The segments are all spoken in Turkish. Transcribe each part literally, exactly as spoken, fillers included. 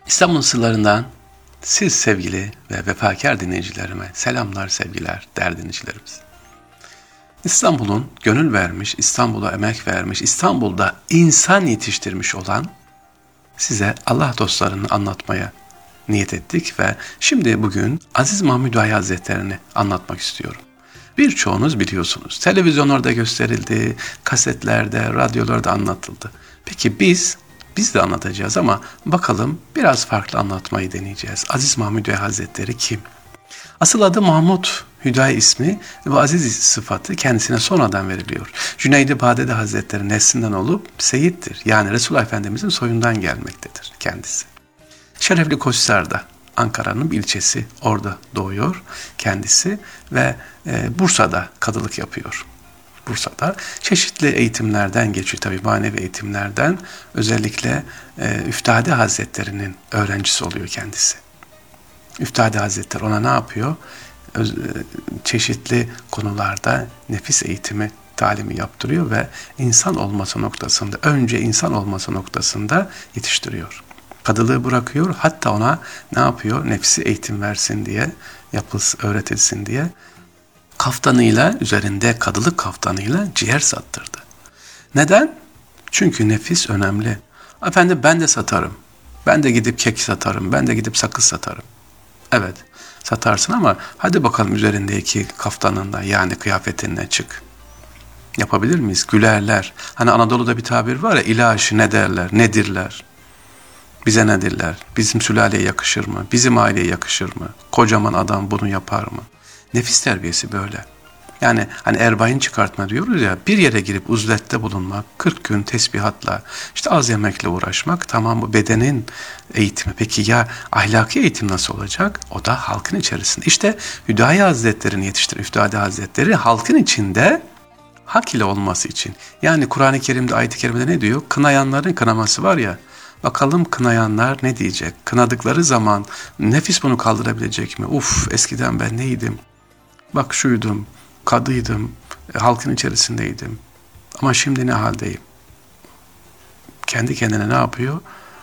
İstanbul sırlarından siz sevgili ve vefakar dinleyicilerime selamlar, sevgiler, değerli dinleyicilerimiz. İstanbul'un gönül vermiş, İstanbul'a emek vermiş, İstanbul'da insan yetiştirmiş olan size Allah dostlarını anlatmaya niyet ettik ve şimdi bugün Aziz Mahmud Hüdayi Hazretleri'ni anlatmak istiyorum. Birçoğunuz biliyorsunuz. Televizyonlarda gösterildi, kasetlerde, radyolarda anlatıldı. Peki biz, biz de anlatacağız ama bakalım biraz farklı anlatmayı deneyeceğiz. Aziz Mahmud Hüdayi Hazretleri kim? Asıl adı Mahmud Hüdayi ismi ve aziz sıfatı kendisine sonradan veriliyor. Cüneyd-i Bağdadi Hazretleri neslinden olup seyittir. Yani Resulullah Efendimizin soyundan gelmektedir kendisi. Şerefli Koçhisar'da, Ankara'nın bir ilçesi, orada doğuyor kendisi ve e, Bursa'da kadılık yapıyor. Bursa'da çeşitli eğitimlerden geçiyor, tabii manevi eğitimlerden, özellikle e, Üftade Hazretleri'nin öğrencisi oluyor kendisi. Üftade Hazretleri ona ne yapıyor? Öz, e, çeşitli konularda nefis eğitimi, talimi yaptırıyor ve insan olması noktasında, önce insan olması noktasında yetiştiriyor. Kadılığı bırakıyor, hatta ona ne yapıyor? Nefsi eğitim versin diye, yapılsın, öğretilsin diye kaftanıyla, üzerinde kadılık kaftanıyla ciğer sattırdı. Neden? Çünkü nefis önemli. Efendim ben de satarım. Ben de gidip kek satarım. Ben de gidip sakız satarım. Evet, satarsın ama hadi bakalım üzerindeki kaftanında, yani kıyafetinle çık. Yapabilir miyiz? Gülerler. Hani Anadolu'da bir tabir var ya, ilahi ne derler, nedirler? Bize nedirler? Bizim sülaleye yakışır mı? Bizim aileye yakışır mı? Kocaman adam bunu yapar mı? Nefis terbiyesi böyle. Yani hani erbain çıkartma diyoruz ya, bir yere girip uzlette bulunmak, kırk gün tesbihatla, işte az yemekle uğraşmak, tamam, bu bedenin eğitimi. Peki ya ahlaki eğitim nasıl olacak? O da halkın içerisinde. İşte Hüdayi Hazretleri'ni yetiştiren Üftade Hazretleri halkın içinde hak ile olması için. Yani Kur'an-ı Kerim'de, ayet-i kerimede ne diyor? Kınayanların kınaması var ya, bakalım kınayanlar ne diyecek? Kınadıkları zaman nefis bunu kaldırabilecek mi? Uf, eskiden ben neydim? Bak şuydum, kadıydım, e, halkın içerisindeydim. Ama şimdi ne haldeyim? Kendi kendine ne yapıyor?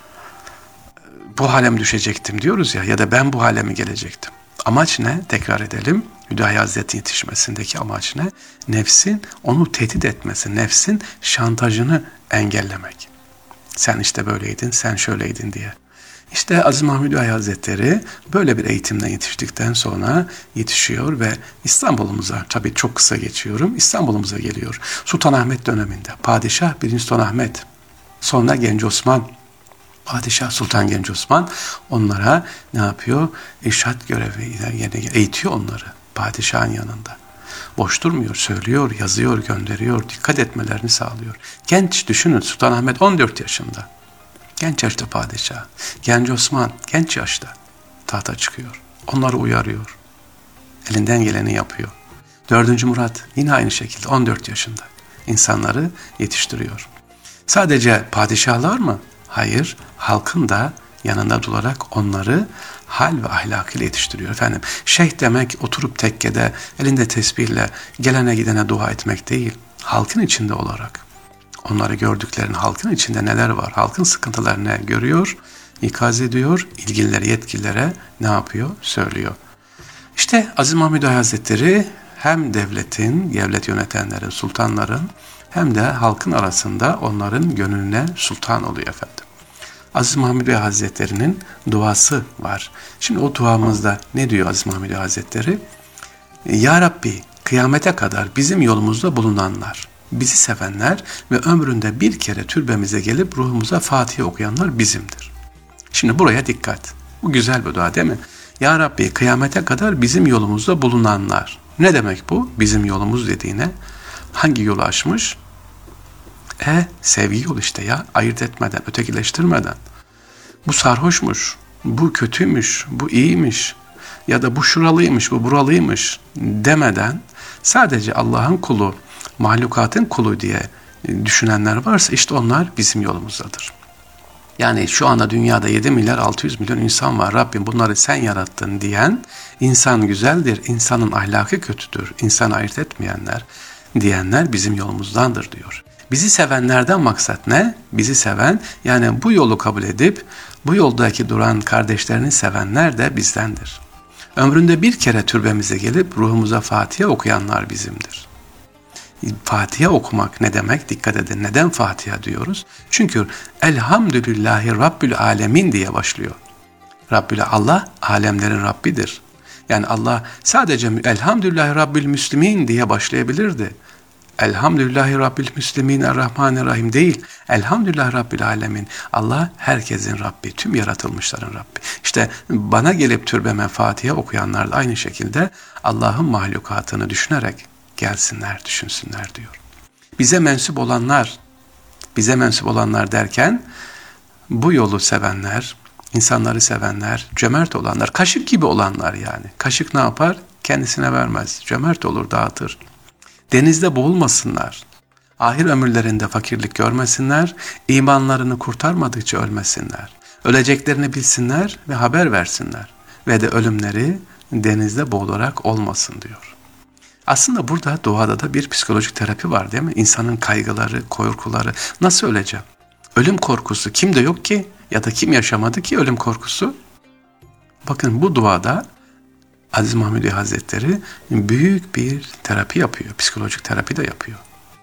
Bu hale mi düşecektim diyoruz ya, ya da ben bu hale mi gelecektim? Amaç ne? Tekrar edelim. Hüdayi Hazretleri yetişmesindeki amaç ne? Nefsin onu tehdit etmesi, nefsin şantajını engellemek. Sen işte böyleydin, sen şöyleydin diye. İşte Aziz Mahmud Hüdayi Hazretleri böyle bir eğitimden yetiştikten sonra yetişiyor ve İstanbul'umuza, tabii çok kısa geçiyorum, İstanbul'umuza geliyor. Sultanahmet döneminde Padişah birinci. Sultanahmet, sonra Genç Osman, Padişah Sultan Genç Osman onlara ne yapıyor? İrşad görevi yerine eğitiyor onları padişahın yanında. Boş durmuyor, söylüyor, yazıyor, gönderiyor, dikkat etmelerini sağlıyor. Genç, düşünün, Sultanahmet on dört yaşında. Genç yaşta padişah. Genç Osman genç yaşta tahta çıkıyor. Onları uyarıyor. Elinden geleni yapıyor. Dördüncü Murat yine aynı şekilde on dört yaşında. İnsanları yetiştiriyor. Sadece padişahlar mı? Hayır, halkın da yanında durarak onları hal ve ahlakıyla yetiştiriyor efendim. Şeyh demek oturup tekkede elinde tesbihle gelene gidene dua etmek değil. Halkın içinde olarak. Onları gördüklerini, halkın içinde neler var, halkın sıkıntılarını görüyor, ikaz ediyor, ilgililere, yetkililere ne yapıyor? Söylüyor. İşte Aziz Mahmud Hüdayi Hazretleri hem devletin, devlet yönetenlerin, sultanların hem de halkın arasında onların gönlüne sultan oluyor efendim. Aziz Mahmud Hüdayi Hazretleri'nin duası var. Şimdi o duamızda ne diyor Aziz Mahmud Hüdayi Hazretleri? Ya Rabbi, kıyamete kadar bizim yolumuzda bulunanlar, bizi sevenler ve ömründe bir kere türbemize gelip ruhumuza Fatiha okuyanlar bizimdir. Şimdi buraya dikkat. Bu güzel bir dua değil mi? Ya Rabbi, kıyamete kadar bizim yolumuzda bulunanlar. Ne demek bu? Bizim yolumuz dediğine hangi yolu açmış? E, sevgi yolu işte ya. Ayırt etmeden, ötekileştirmeden. Bu sarhoşmuş, bu kötüymüş, bu iyiymiş ya da bu şuralıymış, bu buralıymış demeden sadece Allah'ın kulu, mahlukatın kulu diye düşünenler varsa işte onlar bizim yolumuzdadır. Yani şu anda dünyada yedi milyar altı yüz milyon insan var. Rabbim bunları sen yarattın diyen, insan güzeldir, insanın ahlakı kötüdür, insan ayırt etmeyenler diyenler bizim yolumuzdandır diyor. Bizi sevenlerden maksat ne? Bizi seven, yani bu yolu kabul edip bu yoldaki duran kardeşlerini sevenler de bizdendir. Ömründe bir kere türbemize gelip ruhumuza Fatiha okuyanlar bizimdir. Fatiha okumak ne demek? Dikkat edin. Neden Fatiha diyoruz? Çünkü Elhamdülillahi Rabbil Alemin diye başlıyor. Rabbül Allah alemlerin Rabbidir. Yani Allah sadece Elhamdülillahi Rabbil Müslimin diye başlayabilirdi. Elhamdülillahi Rabbil Müslimin Errahmanirrahim değil. Elhamdülillahi Rabbil Alemin. Allah herkesin Rabbi, tüm yaratılmışların Rabbi. İşte bana gelip türbeme Fatiha okuyanlar da aynı şekilde Allah'ın mahlukatını düşünerek gelsinler, düşünsünler diyor. Bize mensup olanlar, bize mensup olanlar derken bu yolu sevenler, insanları sevenler, cömert olanlar, kaşık gibi olanlar yani. Kaşık ne yapar? Kendisine vermez. Cömert olur, dağıtır. Denizde boğulmasınlar. Ahir ömürlerinde fakirlik görmesinler. İmanlarını kurtarmadıkça ölmesinler. Öleceklerini bilsinler ve haber versinler. Ve de ölümleri denizde boğularak olmasın diyor. Aslında burada duada da bir psikolojik terapi var değil mi? İnsanın kaygıları, korkuları. Nasıl öleceğim? Ölüm korkusu kimde yok ki? Ya da kim yaşamadı ki ölüm korkusu? Bakın bu duada Aziz Mahmudi Hazretleri büyük bir terapi yapıyor. Psikolojik terapi de yapıyor.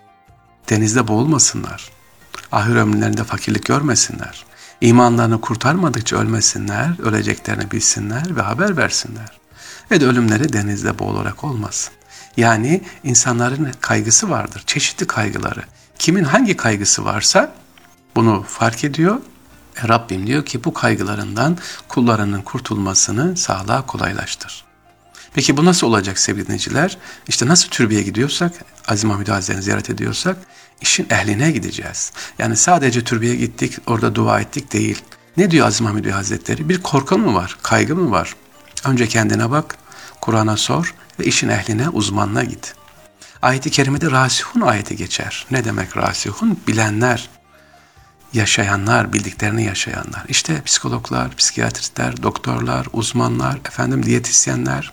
Denizde boğulmasınlar. Ahir ömürlerinde fakirlik görmesinler. İmanlarını kurtarmadıkça ölmesinler, öleceklerini bilsinler ve haber versinler. Ve de ölümleri denizde boğularak olmasın. Yani insanların kaygısı vardır, çeşitli kaygıları. Kimin hangi kaygısı varsa bunu fark ediyor. E Rabbim diyor ki bu kaygılarından kullarının kurtulmasını sağlığa kolaylaştır. Peki bu nasıl olacak sevgili dinleyiciler? İşte nasıl türbeye gidiyorsak, Aziz Mahmudi Hazretleri'ni ziyaret ediyorsak, işin ehline gideceğiz. Yani sadece türbeye gittik, orada dua ettik değil. Ne diyor Aziz Mahmudi Hazretleri? Bir korkun mu var, kaygı mı var? Önce kendine bak, Kur'an'a sor ve işin ehline, uzmanına git. Ayet-i kerimede rasihun ayeti geçer. Ne demek rasihun? Bilenler, yaşayanlar, bildiklerini yaşayanlar. İşte psikologlar, psikiyatristler, doktorlar, uzmanlar, efendim diyetisyenler,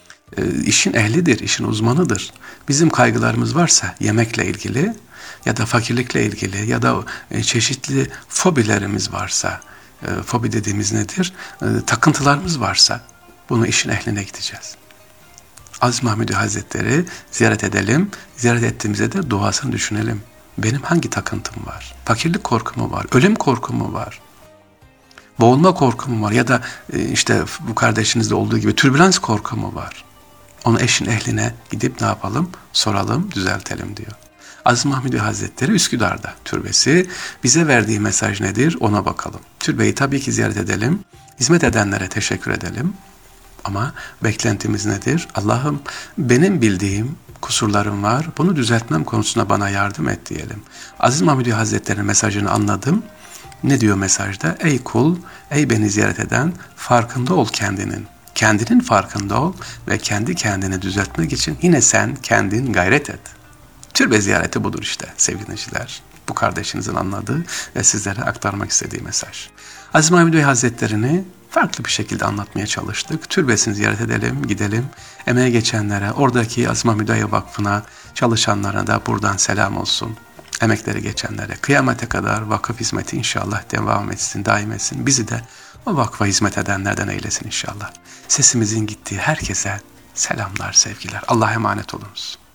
e, işin ehlidir, işin uzmanıdır. Bizim kaygılarımız varsa yemekle ilgili ya da fakirlikle ilgili ya da e, çeşitli fobilerimiz varsa, e, fobi dediğimiz nedir? E, takıntılarımız varsa bunu işin ehline gideceğiz. Aziz Mahmudi Hazretleri ziyaret edelim, ziyaret ettiğimizde de duasını düşünelim. Benim hangi takıntım var? Fakirlik korkum mu var? Ölüm korkum mu var? Boğulma korkum mu var? Ya da işte bu kardeşinizde olduğu gibi türbülans korkum mu var? Onu eşin ehline gidip ne yapalım? Soralım, düzeltelim diyor. Aziz Mahmudi Hazretleri Üsküdar'da türbesi. Bize verdiği mesaj nedir? Ona bakalım. Türbeyi tabii ki ziyaret edelim. Hizmet edenlere teşekkür edelim. Ama beklentimiz nedir? Allah'ım benim bildiğim kusurlarım var. Bunu düzeltmem konusunda bana yardım et diyelim. Aziz Mahmudi Hazretleri'nin mesajını anladım. Ne diyor mesajda? Ey kul, ey beni ziyaret eden, farkında ol kendinin. Kendinin farkında ol ve kendi kendini düzeltmek için yine sen kendin gayret et. Türbe ziyareti budur işte sevgili dinleyiciler. Bu kardeşinizin anladığı ve sizlere aktarmak istediği mesaj. Aziz Mahmudi Hazretleri'ni farklı bir şekilde anlatmaya çalıştık. Türbesini ziyaret edelim, gidelim. Emeğe geçenlere, oradaki Aziz Mahmudi Vakfı'na çalışanlara da buradan selam olsun. Emekleri geçenlere, kıyamete kadar vakıf hizmeti inşallah devam etsin, daim etsin. Bizi de o vakfa hizmet edenlerden eylesin inşallah. Sesimizin gittiği herkese selamlar, sevgiler. Allah'a emanet olunuz.